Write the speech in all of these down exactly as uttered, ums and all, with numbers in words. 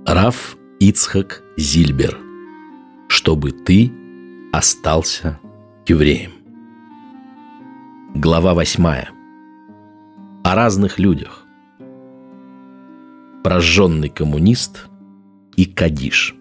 Рав Ицхак Зильбер. Чтобы ты остался евреем. Глава восьмая. О разных людях. Прожженный коммунист и кадиш.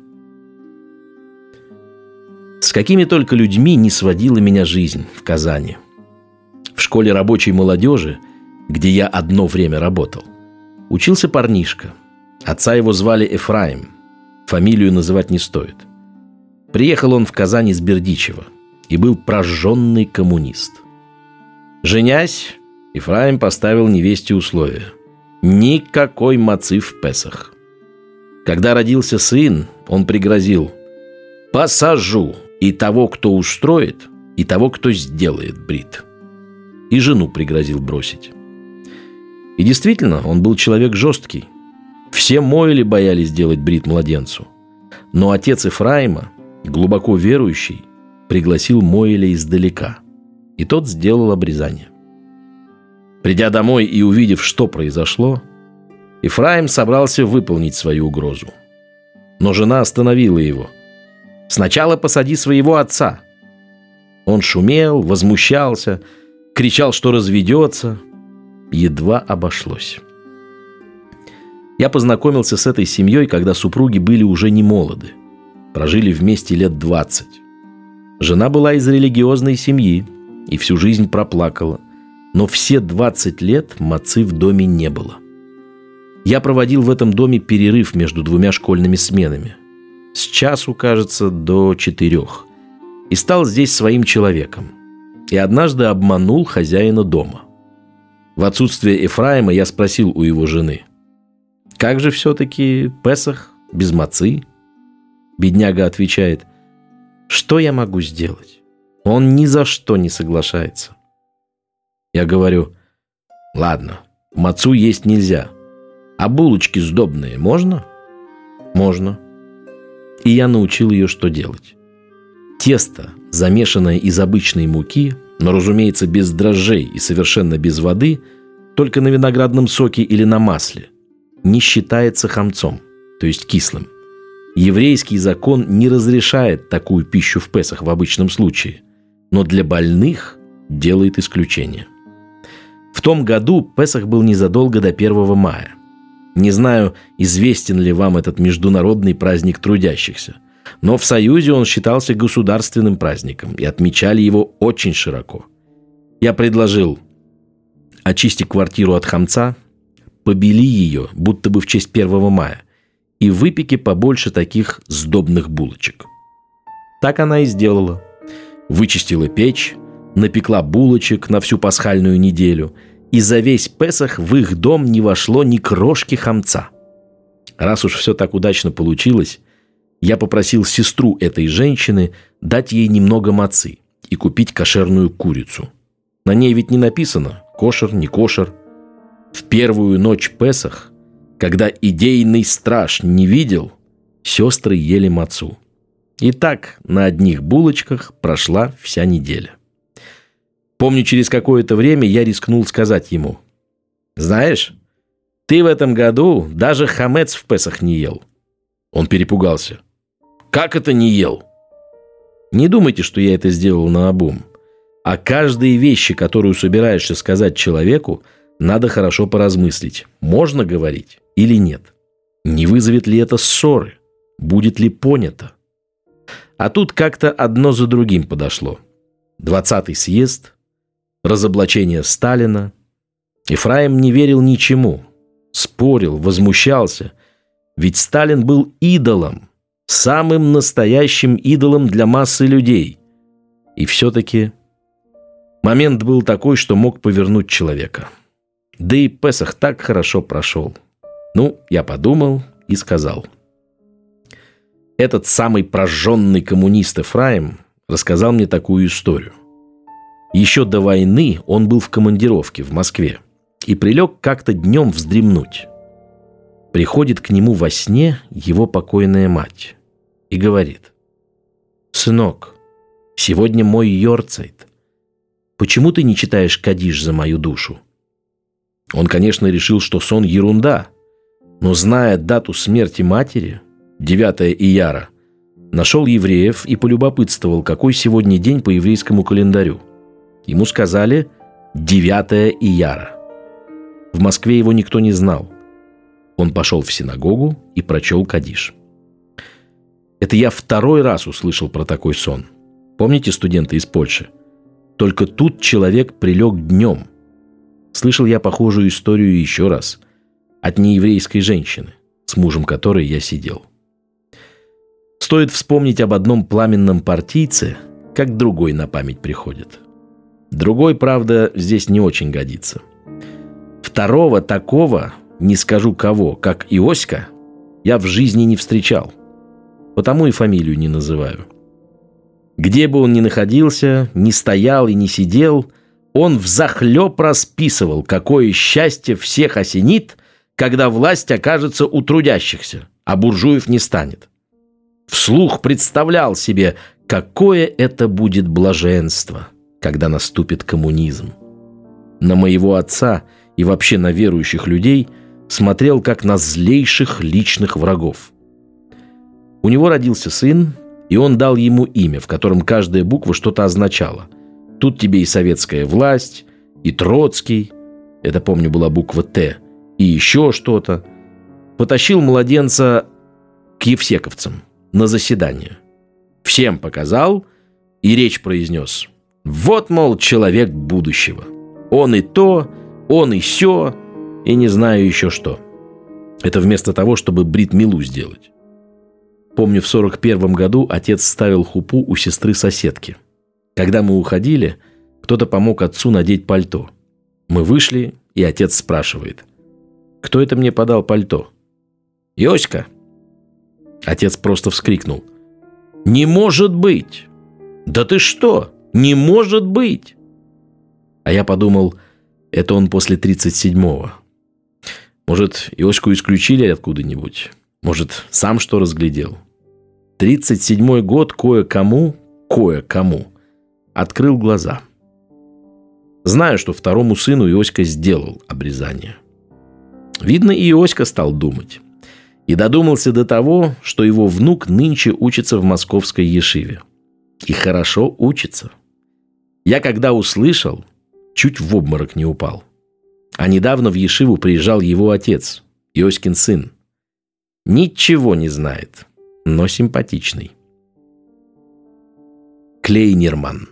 С какими только людьми не сводила меня жизнь в Казани. В школе рабочей молодежи, где я одно время работал, учился парнишка. Отца его звали Ефраим. Фамилию называть не стоит. Приехал он в Казань из Бердичева и был прожженный коммунист. Женясь, Ефраим поставил невесте условие: никакой мацы в Песах. Когда родился сын, он пригрозил: посажу и того, кто устроит, и того, кто сделает брит. И жену пригрозил бросить. И действительно, он был человек жесткий. Все Моэли боялись делать брит младенцу. Но отец Ефраима, глубоко верующий, пригласил Моэля издалека. И тот сделал обрезание. Придя домой и увидев, что произошло, Ефраим собрался выполнить свою угрозу. Но жена остановила его. «Сначала посади своего отца». Он шумел, возмущался, кричал, что разведется. Едва обошлось. Я познакомился с этой семьей, когда супруги были уже не молоды. Прожили вместе лет двадцать. Жена была из религиозной семьи и всю жизнь проплакала. Но все двадцать лет мацы в доме не было. Я проводил в этом доме перерыв между двумя школьными сменами. С часу, кажется, до четырех. И стал здесь своим человеком. И однажды обманул хозяина дома. В отсутствие Ефраима я спросил у его жены: «Как же все-таки Песах без мацы?» Бедняга отвечает: «Что я могу сделать? Он ни за что не соглашается». Я говорю: «Ладно, мацу есть нельзя. А булочки сдобные можно?» «Можно». И я научил ее, что делать. Тесто, замешанное из обычной муки, но, разумеется, без дрожжей и совершенно без воды, только на виноградном соке или на масле, не считается хамцом, то есть кислым. Еврейский закон не разрешает такую пищу в Песах в обычном случае, но для больных делает исключение. В том году Песах был незадолго до первого мая. Не знаю, известен ли вам этот международный праздник трудящихся, но в Союзе он считался государственным праздником, и отмечали его очень широко. Я предложил: очисти квартиру от хамца, побели ее, будто бы в честь первого мая, и выпеки побольше таких сдобных булочек. Так она и сделала. Вычистила печь, напекла булочек на всю пасхальную неделю, и за весь Песах в их дом не вошло ни крошки хамца. Раз уж все так удачно получилось, я попросил сестру этой женщины дать ей немного мацы и купить кошерную курицу. На ней ведь не написано кошер, не кошер. В первую ночь Песах, когда идейный страж не видел, сестры ели мацу. И так на одних булочках прошла вся неделя. Помню, через какое-то время я рискнул сказать ему: «Знаешь, ты в этом году даже хамец в Песах не ел». Он перепугался. «Как это не ел?» Не думайте, что я это сделал наобум. О каждой вещи, которую собираешься сказать человеку, надо хорошо поразмыслить, можно говорить или нет. Не вызовет ли это ссоры? Будет ли понято? А тут как-то одно за другим подошло. Двадцатый съезд, разоблачение Сталина. Ефраим не верил ничему. Спорил, возмущался. Ведь Сталин был идолом. Самым настоящим идолом для массы людей. И все-таки момент был такой, что мог повернуть человека. Да и Песах так хорошо прошел. Ну, я подумал и сказал. Этот самый прожженный коммунист Ефраим рассказал мне такую историю. Еще до войны он был в командировке в Москве и прилег как-то днем вздремнуть. Приходит к нему во сне его покойная мать и говорит: «Сынок, сегодня мой йорцайт. Почему ты не читаешь кадиш за мою душу?» Он, конечно, решил, что сон ерунда, Но, зная дату смерти матери, девятое ияра, нашел евреев и полюбопытствовал, какой сегодня день по еврейскому календарю. Ему сказали девятое ияра. В Москве его никто не знал. Он пошел в синагогу и прочел кадиш. Это я второй раз услышал про такой сон. Помните студенты из Польши? Только тут человек прилег днем. Слышал я похожую историю еще раз. От нееврейской женщины, с мужем которой я сидел. Стоит вспомнить об одном пламенном партийце, как другой на память приходит. Другой, правда, здесь не очень годится. Второго такого, не скажу кого, как Иоська, я в жизни не встречал. Потому и фамилию не называю. Где бы он ни находился, ни стоял и не сидел, он взахлеб расписывал, какое счастье всех осенит, когда власть окажется у трудящихся, а буржуев не станет. Вслух представлял себе, какое это будет блаженство, когда наступит коммунизм. На моего отца и вообще на верующих людей смотрел как на злейших личных врагов. У него родился сын, и он дал ему имя, в котором каждая буква что-то означала. Тут тебе и советская власть, и Троцкий, это, помню, была буква «Т», и еще что-то. Потащил младенца к евсековцам на заседание. Всем показал и речь произнес. Вот, мол, человек будущего. Он и то, он и сё, и не знаю еще что. Это вместо того, чтобы брит-милу сделать. Помню, в сорок первом году отец ставил хупу у сестры-соседки. Когда мы уходили, кто-то помог отцу надеть пальто. Мы вышли, и отец спрашивает. Кто это мне подал пальто? Йоська. Отец просто вскрикнул. Не может быть! Да ты что? Не может быть! А я подумал, это он после тридцать седьмого. Может, Йоську исключили откуда-нибудь? Может, сам что разглядел? тридцать седьмой год кое-кому, кое-кому открыл глаза. Знаю, что второму сыну Йоська сделал обрезание. Видно, и Йоська стал думать. И додумался до того, что его внук нынче учится в московской ешиве. И хорошо учится. Я когда услышал, чуть в обморок не упал. А недавно в ешиву приезжал его отец, Йоськин сын. Ничего не знает, но симпатичный. Клейнерман.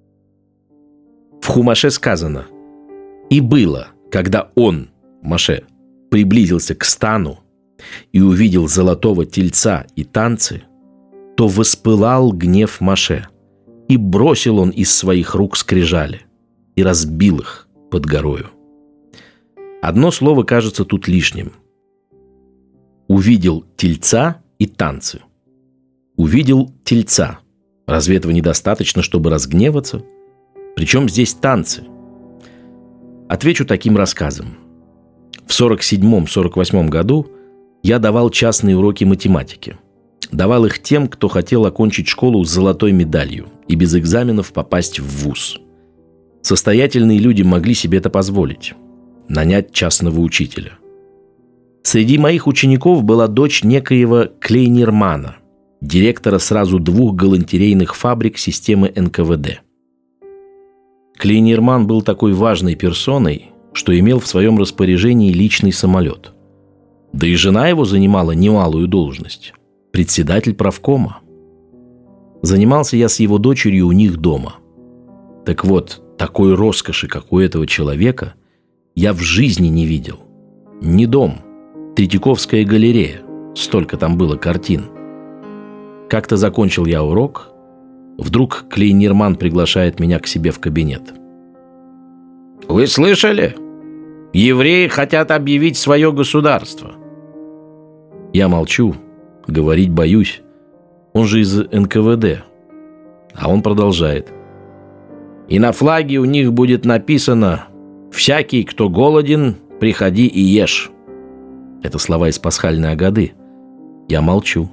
В Хумаше сказано: «И было, когда он, Маше, приблизился к стану и увидел золотого тельца и танцы, то воспылал гнев Маше, и бросил он из своих рук скрижали, и разбил их под горою». Одно слово кажется тут лишним. Увидел тельца и танцы. Увидел тельца. Разве этого недостаточно, чтобы разгневаться? Причем здесь танцы? Отвечу таким рассказом. В сорок седьмом — сорок восьмом году я давал частные уроки математики. Давал их тем, кто хотел окончить школу с золотой медалью и без экзаменов попасть в вуз. Состоятельные люди могли себе это позволить – нанять частного учителя. Среди моих учеников была дочь некоего Клейнермана, директора сразу двух галантерейных фабрик системы эн ка вэ дэ. Клейнерман был такой важной персоной, что имел в своем распоряжении личный самолет. Да и жена его занимала немалую должность – председатель правкома. Занимался я с его дочерью у них дома. Так вот, такой роскоши, как у этого человека, я в жизни не видел. Не дом, Третьяковская галерея, столько там было картин. Как-то закончил я урок, вдруг Клейнерман приглашает меня к себе в кабинет. «Вы слышали? Евреи хотят объявить свое государство». Я молчу, говорить боюсь. Он же из эн ка вэ дэ. А он продолжает. «И на флаге у них будет написано: «Всякий, кто голоден, приходи и ешь». Это слова из пасхальной агады. Я молчу.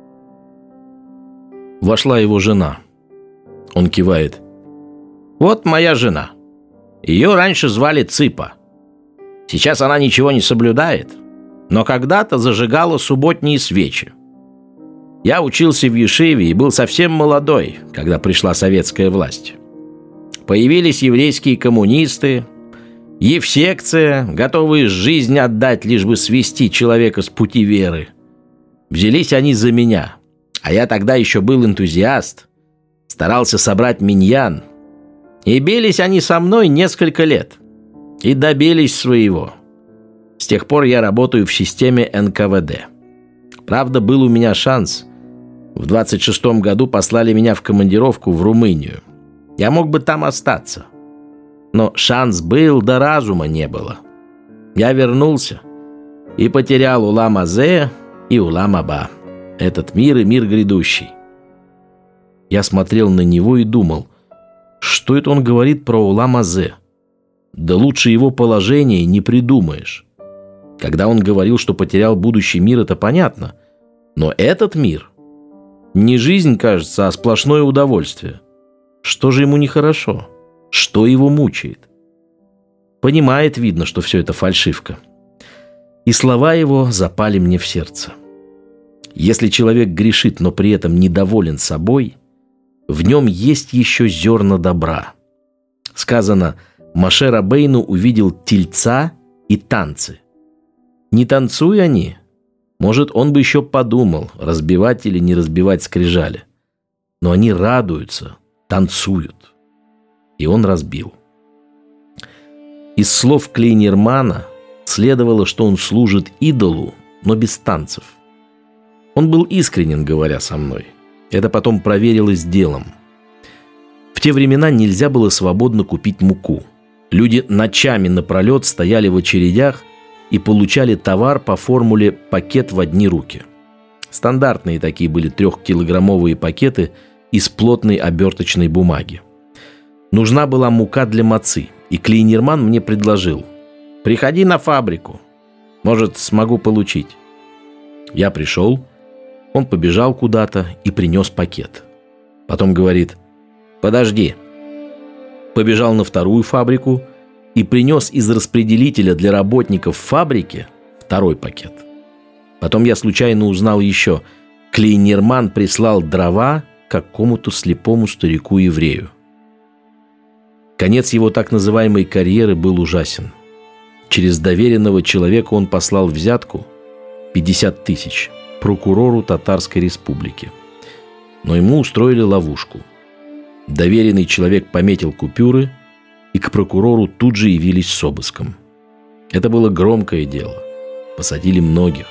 Вошла его жена. Он кивает. «Вот моя жена. Ее раньше звали Цыпа. Сейчас она ничего не соблюдает. но когда-то зажигала субботние свечи. Я учился в Ешиве и был совсем молодой, когда пришла советская власть. Появились еврейские коммунисты, евсекция, готовые жизнь отдать, лишь бы свести человека с пути веры. Взялись они за меня, а я тогда еще был энтузиаст, старался собрать миньян. И бились они со мной несколько лет. И добились своего. С тех пор я работаю в системе эн ка вэ дэ. Правда, был у меня шанс. В двадцать шестом году послали меня в командировку в Румынию. Я мог бы там остаться. Но шанс был, да разума не было. Я вернулся и потерял Улам Азе и Улам Аба. Этот мир и мир грядущий. Я смотрел на него и думал, что это он говорит про Улам Азе? Да лучше его положение не придумаешь. Когда он говорил, что потерял будущий мир, это понятно. Но этот мир не жизнь, кажется, а сплошное удовольствие. Что же ему нехорошо? Что его мучает? Понимает, видно, что все это фальшивка. И слова его запали мне в сердце. Если человек грешит, но при этом недоволен собой, в нем есть еще зерна добра. Сказано, Моше Рабейну увидел тельца и танцы. Не танцуя они, может, он бы еще подумал, разбивать или не разбивать скрижали. Но они радуются, танцуют. И он разбил. Из слов Клейнермана следовало, что он служит идолу, но без танцев. Он был искренен, говоря со мной. Это потом проверилось делом. В те времена нельзя было свободно купить муку. Люди ночами напролет стояли в очередях и получали товар по формуле «пакет в одни руки». Стандартные такие были трехкилограммовые пакеты из плотной оберточной бумаги. Нужна была мука для мацы, и Клейнерман мне предложил: «Приходи на фабрику, может, смогу получить». Я пришел, он побежал куда-то и принес пакет. Потом говорит: «Подожди». Побежал на вторую фабрику и принес из распределителя для работников фабрики второй пакет. Потом я случайно узнал еще: Клейнерман прислал дрова какому-то слепому старику-еврею. Конец его так называемой карьеры был ужасен. Через доверенного человека он послал взятку пятьдесят тысяч прокурору Татарской республики. Но ему устроили ловушку. Доверенный человек пометил купюры, и к прокурору тут же явились с обыском. Это было громкое дело. Посадили многих.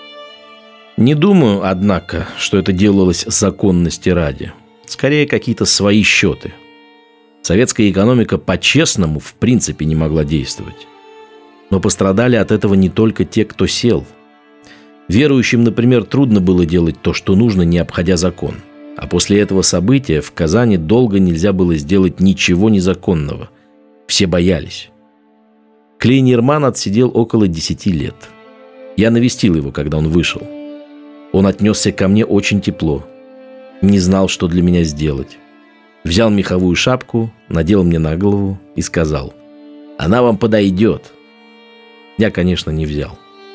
Не думаю, однако, что это делалось законности ради. Скорее, какие-то свои счеты. Советская экономика по-честному в принципе не могла действовать. Но пострадали от этого не только те, кто сел. Верующим, например, трудно было делать то, что нужно, не обходя закон. А после этого события в Казани долго нельзя было сделать ничего незаконного. Все боялись. Клейнерман отсидел около десяти лет. Я навестил его, когда он вышел. Он отнесся ко мне очень тепло. Не знал, что для меня сделать. Взял меховую шапку, надел мне на голову и сказал: «Она вам подойдет». Я, конечно, не взял.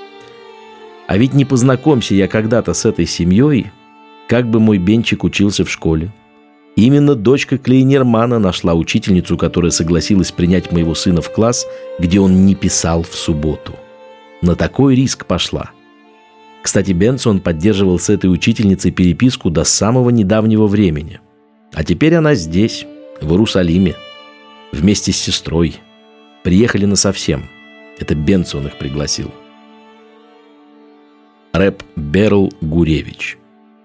А ведь не познакомься я когда-то с этой семьей, как бы мой Бенчик учился в школе. Именно дочка Клейнермана нашла учительницу, которая согласилась принять моего сына в класс, где он не писал в субботу. На такой риск пошла. Кстати, Бенсон поддерживал с этой учительницей переписку до самого недавнего времени. А теперь она здесь, в Иерусалиме, вместе с сестрой. Приехали насовсем. Это Бенсон их пригласил. Рэб Берл Гуревич.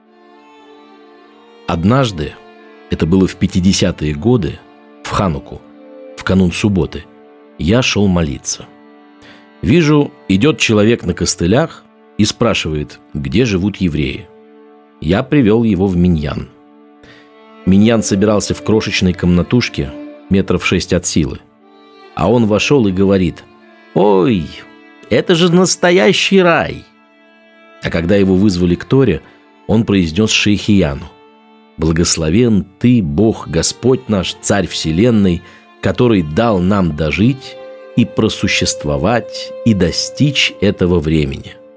Однажды, это было в пятидесятые годы, в Хануку, в канун субботы, я шел молиться. Вижу, идет человек на костылях и спрашивает, где живут евреи. Я привел его в миньян. Миньян собирался в крошечной комнатушке, метров шесть от силы. А он вошел и говорит: «Ой, это же настоящий рай!» А когда его вызвали к Торе, он произнес шейхияну: «Благословен ты, Бог, Господь наш, Царь Вселенной, который дал нам дожить и просуществовать и достичь этого времени».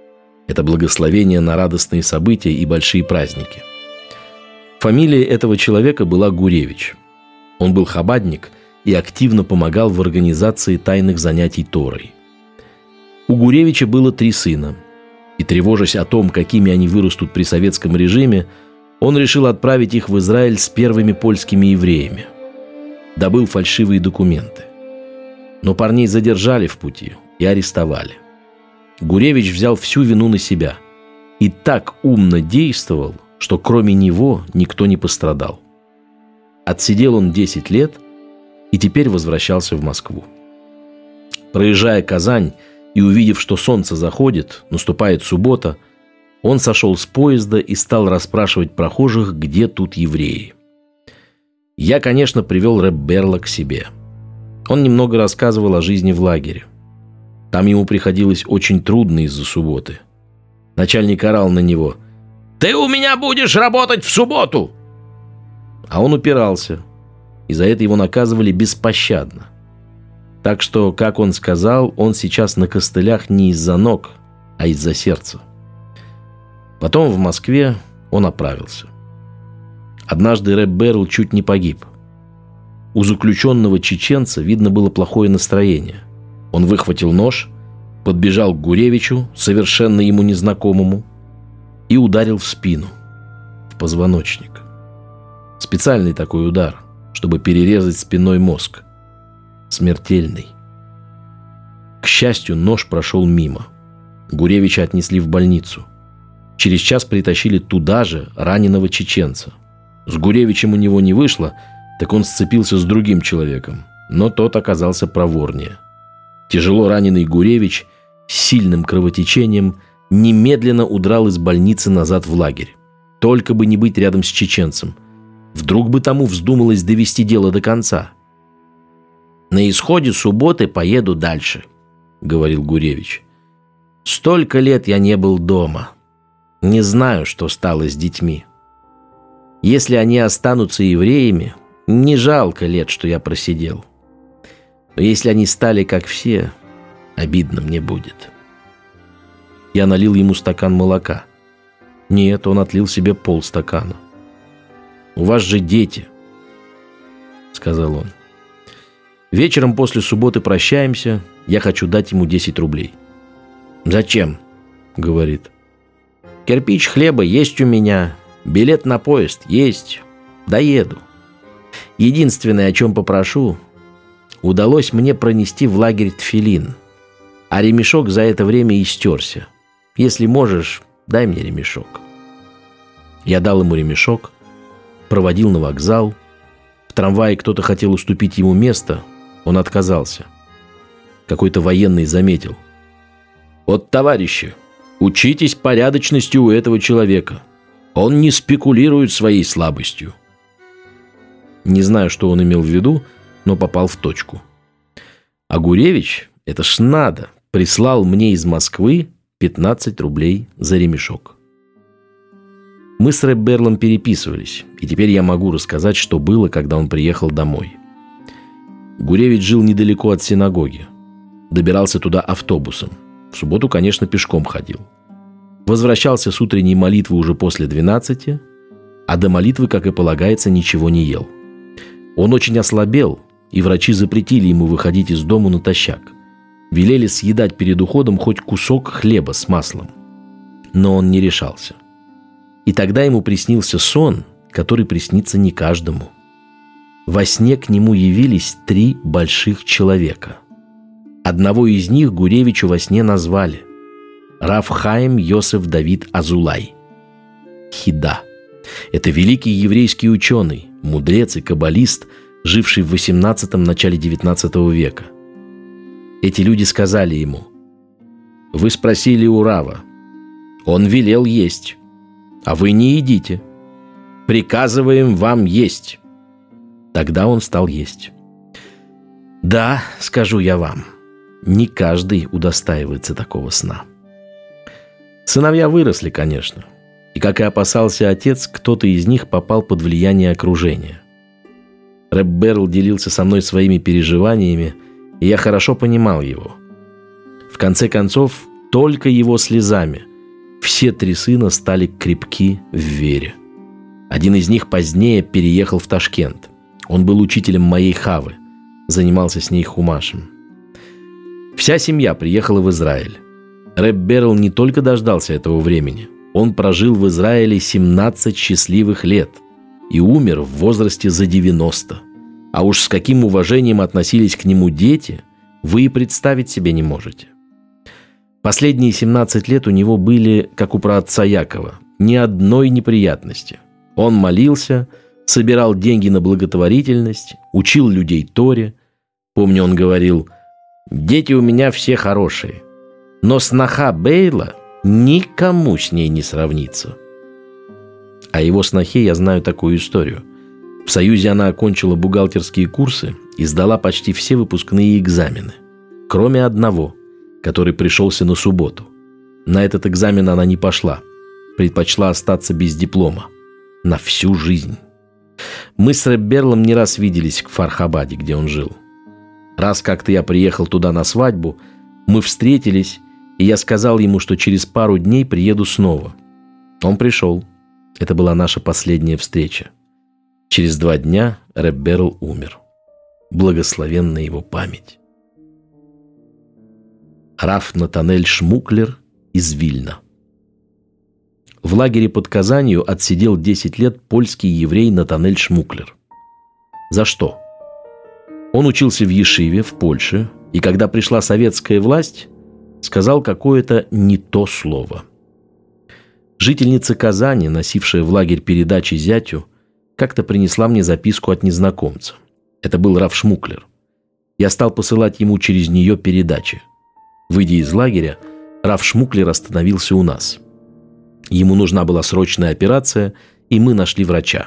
Это благословение на радостные события и большие праздники. Фамилия этого человека была Гуревич. Он был хабадник и активно помогал в организации тайных занятий Торой. У Гуревича было три сына, и, тревожась о том, какими они вырастут при советском режиме, он решил отправить их в Израиль с первыми польскими евреями. Добыл фальшивые документы. Но парней задержали в пути и арестовали. Гуревич взял всю вину на себя и так умно действовал, что кроме него никто не пострадал. Отсидел он десять лет и теперь возвращался в Москву. Проезжая Казань и увидев, что солнце заходит, наступает суббота, он сошел с поезда и стал расспрашивать прохожих, где тут евреи. Я, конечно, привел рэп Берла к себе. Он немного рассказывал о жизни в лагере. Там ему приходилось очень трудно из-за субботы. Начальник орал на него: «Ты у меня будешь работать в субботу!» А он упирался, и за это его наказывали беспощадно. Так что, как он сказал, он сейчас на костылях не из-за ног, а из-за сердца. Потом в Москве он оправился. Однажды рэп Берл чуть не погиб. У заключенного чеченца, видно, было плохое настроение. Он выхватил нож, подбежал к Гуревичу, совершенно ему незнакомому, и ударил в спину, в позвоночник. Специальный такой удар, чтобы перерезать спинной мозг. Смертельный. К счастью, нож прошел мимо. Гуревича отнесли в больницу. Через час притащили туда же раненого чеченца. С Гуревичем у него не вышло, так он сцепился с другим человеком, но тот оказался проворнее. Тяжело раненый Гуревич с сильным кровотечением немедленно удрал из больницы назад в лагерь. Только бы не быть рядом с чеченцем. Вдруг бы тому вздумалось довести дело до конца. «На исходе субботы поеду дальше», — говорил Гуревич. «Столько лет я не был дома. Не знаю, что стало с детьми. Если они останутся евреями, не жалко лет, что я просидел. Но если они стали как все, обидно мне будет». Я налил ему стакан молока. Нет, он отлил себе полстакана. «У вас же дети», — сказал он. «Вечером после субботы прощаемся, я хочу дать ему десять рублей». «Зачем?» — говорит. «Кирпич хлеба есть у меня, билет на поезд есть, доеду. Единственное, о чем попрошу, удалось мне пронести в лагерь тфилин, а ремешок за это время истерся. Если можешь, дай мне ремешок». Я дал ему ремешок, проводил на вокзал. В трамвае кто-то хотел уступить ему место, он отказался. Какой-то военный заметил: «Вот, товарищи, учитесь порядочности у этого человека. Он не спекулирует своей слабостью». Не знаю, что он имел в виду, но попал в точку. А Гуревич, это ж надо, прислал мне из Москвы пятнадцать рублей за ремешок. Мы с рэп Берлом переписывались, и теперь я могу рассказать, что было, когда он приехал домой. Гуревич жил недалеко от синагоги. Добирался туда автобусом. В субботу, конечно, пешком ходил. Возвращался с утренней молитвы уже после двенадцати, а до молитвы, как и полагается, ничего не ел. Он очень ослабел, и врачи запретили ему выходить из дому натощак. Велели съедать перед уходом хоть кусок хлеба с маслом. Но он не решался. И тогда ему приснился сон, который приснится не каждому. Во сне к нему явились три больших человека. Одного из них Гуревичу во сне назвали Рав Хаим Йосеф Давид Азулай. Хида. Это великий еврейский ученый, мудрец и каббалист, живший в восемнадцатом – начале девятнадцатого века. Эти люди сказали ему: «Вы спросили у Рава. Он велел есть, а вы не едите. Приказываем вам есть». Тогда он стал есть. Да, скажу я вам, не каждый удостаивается такого сна. Сыновья выросли, конечно, и, как и опасался отец, кто-то из них попал под влияние окружения. рэп Берл делился со мной своими переживаниями, и я хорошо понимал его. В конце концов, только его слезами Все три сына стали крепки в вере. Один из них позднее переехал в Ташкент. Он был учителем моей Хавы, занимался с ней хумашем. Вся семья приехала в Израиль. Рэб Берл не только дождался этого времени, он прожил в Израиле семнадцать счастливых лет и умер в возрасте за девяносто. А уж с каким уважением относились к нему дети, вы и представить себе не можете. Последние семнадцать лет у него были, как у праотца Якова, ни одной неприятности. Он молился, собирал деньги на благотворительность, учил людей Торе. Помню, он говорил: «Дети у меня все хорошие, но сноха Бейла никому с ней не сравнится». О его снохе я знаю такую историю. В Союзе она окончила бухгалтерские курсы и сдала почти все выпускные экзамены, кроме одного, который пришелся на субботу. На этот экзамен она не пошла, предпочла остаться без диплома. На всю жизнь. Мы с Рэб Берлом не раз виделись в Фархабаде, где он жил. Раз как-то я приехал туда на свадьбу, мы встретились, и я сказал ему, что через пару дней приеду снова. Он пришел. Это была наша последняя встреча. Через два дня Рэб Берл умер. Благословенна его память. Рав Натанель Шмуклер из Вильна. В лагере под Казанью отсидел десять лет польский еврей Натанель Шмуклер. За что? Он учился в Ешиве в Польше, и когда пришла советская власть, сказал какое-то не то слово. Жительница Казани, носившая в лагерь передачи зятю, как-то принесла мне записку от незнакомца. Это был рав Шмуклер. Я стал посылать ему через нее передачи. Выйдя из лагеря, рав Шмуклер остановился у нас. Ему нужна была срочная операция, и мы нашли врача.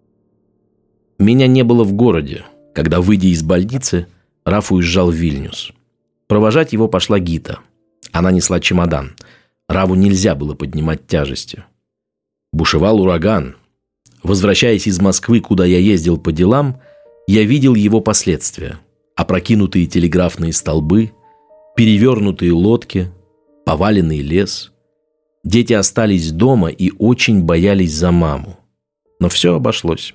Меня не было в городе, когда, выйдя из больницы, Раф уезжал в Вильнюс. Провожать его пошла Гита. Она несла чемодан. Раву нельзя было поднимать тяжести. Бушевал ураган. Возвращаясь из Москвы, куда я ездил по делам, я видел его последствия. Опрокинутые телеграфные столбы, перевернутые лодки, поваленный лес. Дети остались дома и очень боялись за маму. Но все обошлось.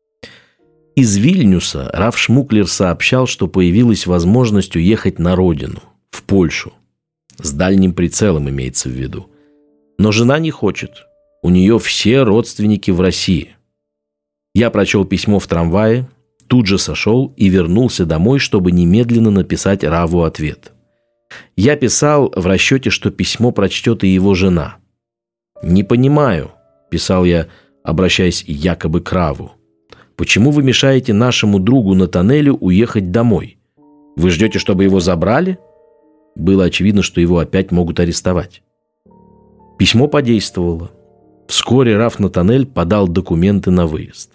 Из Вильнюса рав Шмуклер сообщал, что появилась возможность уехать на родину, в Польшу. С дальним прицелом имеется в виду. Но жена не хочет. У нее все родственники в России. Я прочел письмо в трамвае, тут же сошел и вернулся домой, чтобы немедленно написать Раву ответ. Я писал в расчете, что письмо прочтет и его жена. «Не понимаю», – писал я, обращаясь якобы к Раву, «почему вы мешаете нашему другу Натанелю уехать домой? Вы ждете, чтобы его забрали?» Было очевидно, что его опять могут арестовать. Письмо подействовало. Вскоре рав Натанель подал документы на выезд.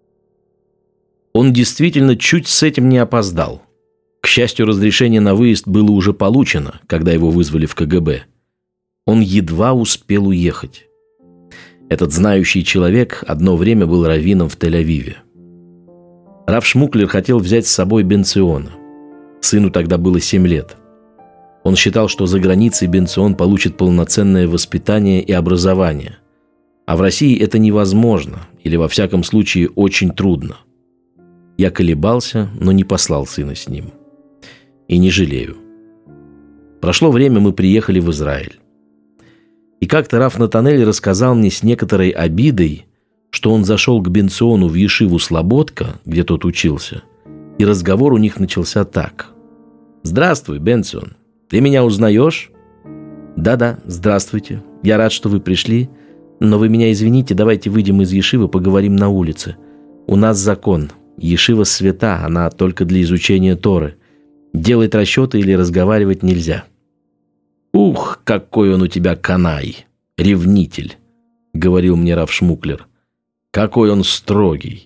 Он действительно чуть с этим не опоздал. К счастью, разрешение на выезд было уже получено, когда его вызвали в ка гэ бэ. Он едва успел уехать. Этот знающий человек одно время был раввином в Тель-Авиве. Рав Шмуклер хотел взять с собой Бен-Циона. Сыну тогда было семь лет. Он считал, что за границей Бен-Цион получит полноценное воспитание и образование. А в России это невозможно, или во всяком случае очень трудно. Я колебался, но не послал сына с ним. И не жалею. Прошло время, мы приехали в Израиль. И как-то рав Натанель рассказал мне с некоторой обидой, что он зашел к Бен-Циону в ешиву Слободка, где тот учился, и разговор у них начался так. «Здравствуй, Бен-Цион, ты меня узнаешь?» «Да-да, здравствуйте, я рад, что вы пришли, но вы меня извините, давайте выйдем из ешивы, поговорим на улице. У нас закон, ешива свята, она только для изучения Торы. Делать расчеты или разговаривать нельзя». «Ух, какой он у тебя канай, ревнитель», — говорил мне рав Шмуклер. «Какой он строгий».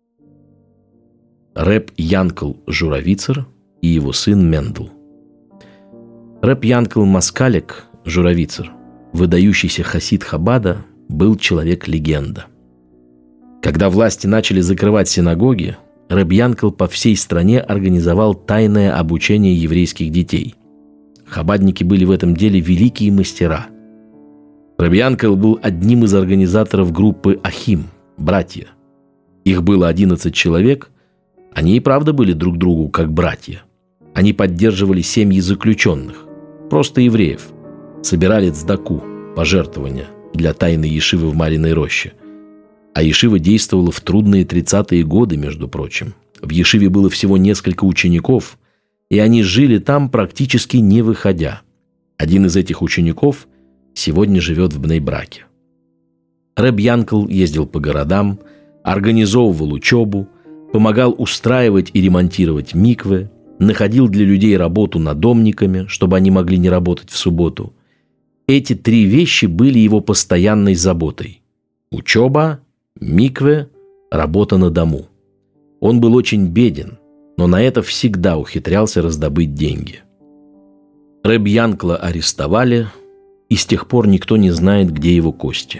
Рэб Янкл Журавицер и его сын Мендл. Рэб Янкл Маскалек Журавицер, выдающийся хасид Хабада, был человек-легенда. Когда власти начали закрывать синагоги, Рэб Янкл по всей стране организовал тайное обучение еврейских детей. Хабадники были в этом деле великие мастера. Реб Янкел был одним из организаторов группы «Ахим» – «Братья». Их было одиннадцать человек, они и правда были друг другу как братья. Они поддерживали семьи заключенных, просто евреев, собирали цдаку, пожертвования для тайной ешивы в Мариной роще. А ешива действовала в трудные тридцатые годы, между прочим. В ешиве было всего несколько учеников, и они жили там, практически не выходя. Один из этих учеников сегодня живет в Бней-Браке. Реб Янкел ездил по городам, организовывал учебу, помогал устраивать и ремонтировать миквы, находил для людей работу надомниками, чтобы они могли не работать в субботу. Эти три вещи были его постоянной заботой. Учеба, микве, работа на дому. Он был очень беден, но на это всегда ухитрялся раздобыть деньги. Реб Янкела арестовали, и с тех пор никто не знает, где его кости.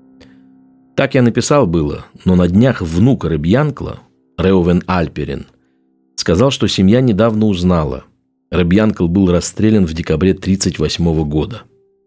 Так я написал было, но на днях внук Реб Янкела, Реувен Альперин, сказал, что семья недавно узнала. Реб Янкел был расстрелян в декабре тридцать восьмого года.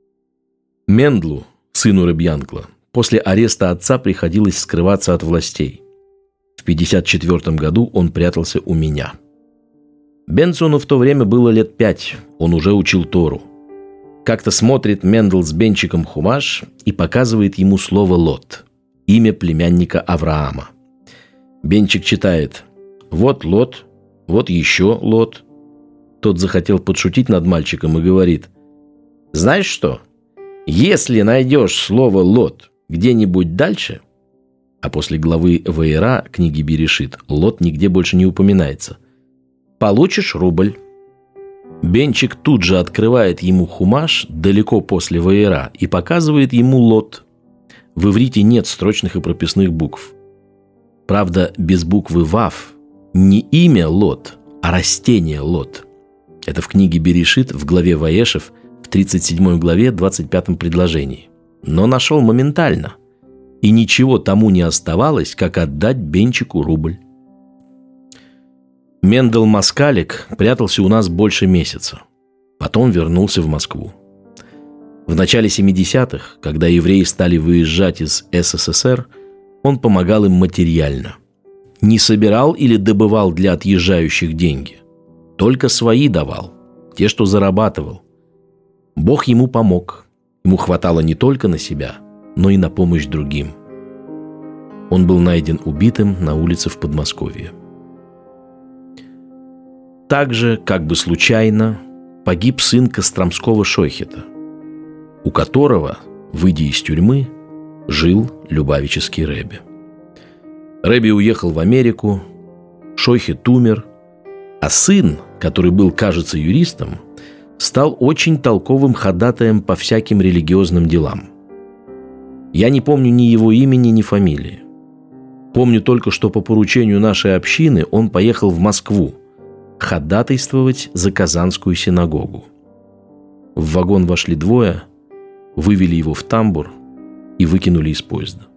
Мендлу, сыну Реб Янкела, после ареста отца приходилось скрываться от властей. В пятьдесят четвёртом году он прятался у меня. Бенсону в то время было лет пять, он уже учил Тору. Как-то смотрит Мендел с Бенчиком хумаш и показывает ему слово «Лот», имя племянника Авраама. Бенчик читает «Вот Лот, вот еще Лот». Тот захотел подшутить над мальчиком и говорит: «Знаешь что? Если найдешь слово «Лот» где-нибудь дальше», а после главы Ваера книги Берешит Лот нигде больше не упоминается, получишь рубль». Бенчик тут же открывает ему хумаш далеко после Ваера и показывает ему Лот. В иврите нет строчных и прописных букв. Правда, без буквы Вав не имя Лот, а растение Лот. Это в книге Берешит в главе Ваешев в тридцать седьмой главе двадцать пятом предложении. Но нашел моментально. И ничего тому не оставалось, как отдать Бенчику рубль. Мендел Москалик прятался у нас больше месяца. Потом вернулся в Москву. В начале семидесятых, когда евреи стали выезжать из СССР, он помогал им материально. Не собирал или добывал для отъезжающих деньги. Только свои давал, те, что зарабатывал. Бог ему помог. Ему хватало не только на себя, но и на помощь другим. Он был найден убитым на улице в Подмосковье. Также, как бы случайно, погиб сын Костромского Шойхета, у которого, выйдя из тюрьмы, жил любавический Ребе. Ребе уехал в Америку, Шойхет умер, а сын, который был, кажется, юристом, стал очень толковым ходатаем по всяким религиозным делам. Я не помню ни его имени, ни фамилии. Помню только, что по поручению нашей общины он поехал в Москву ходатайствовать за Казанскую синагогу. В вагон вошли двое, вывели его в тамбур и выкинули из поезда.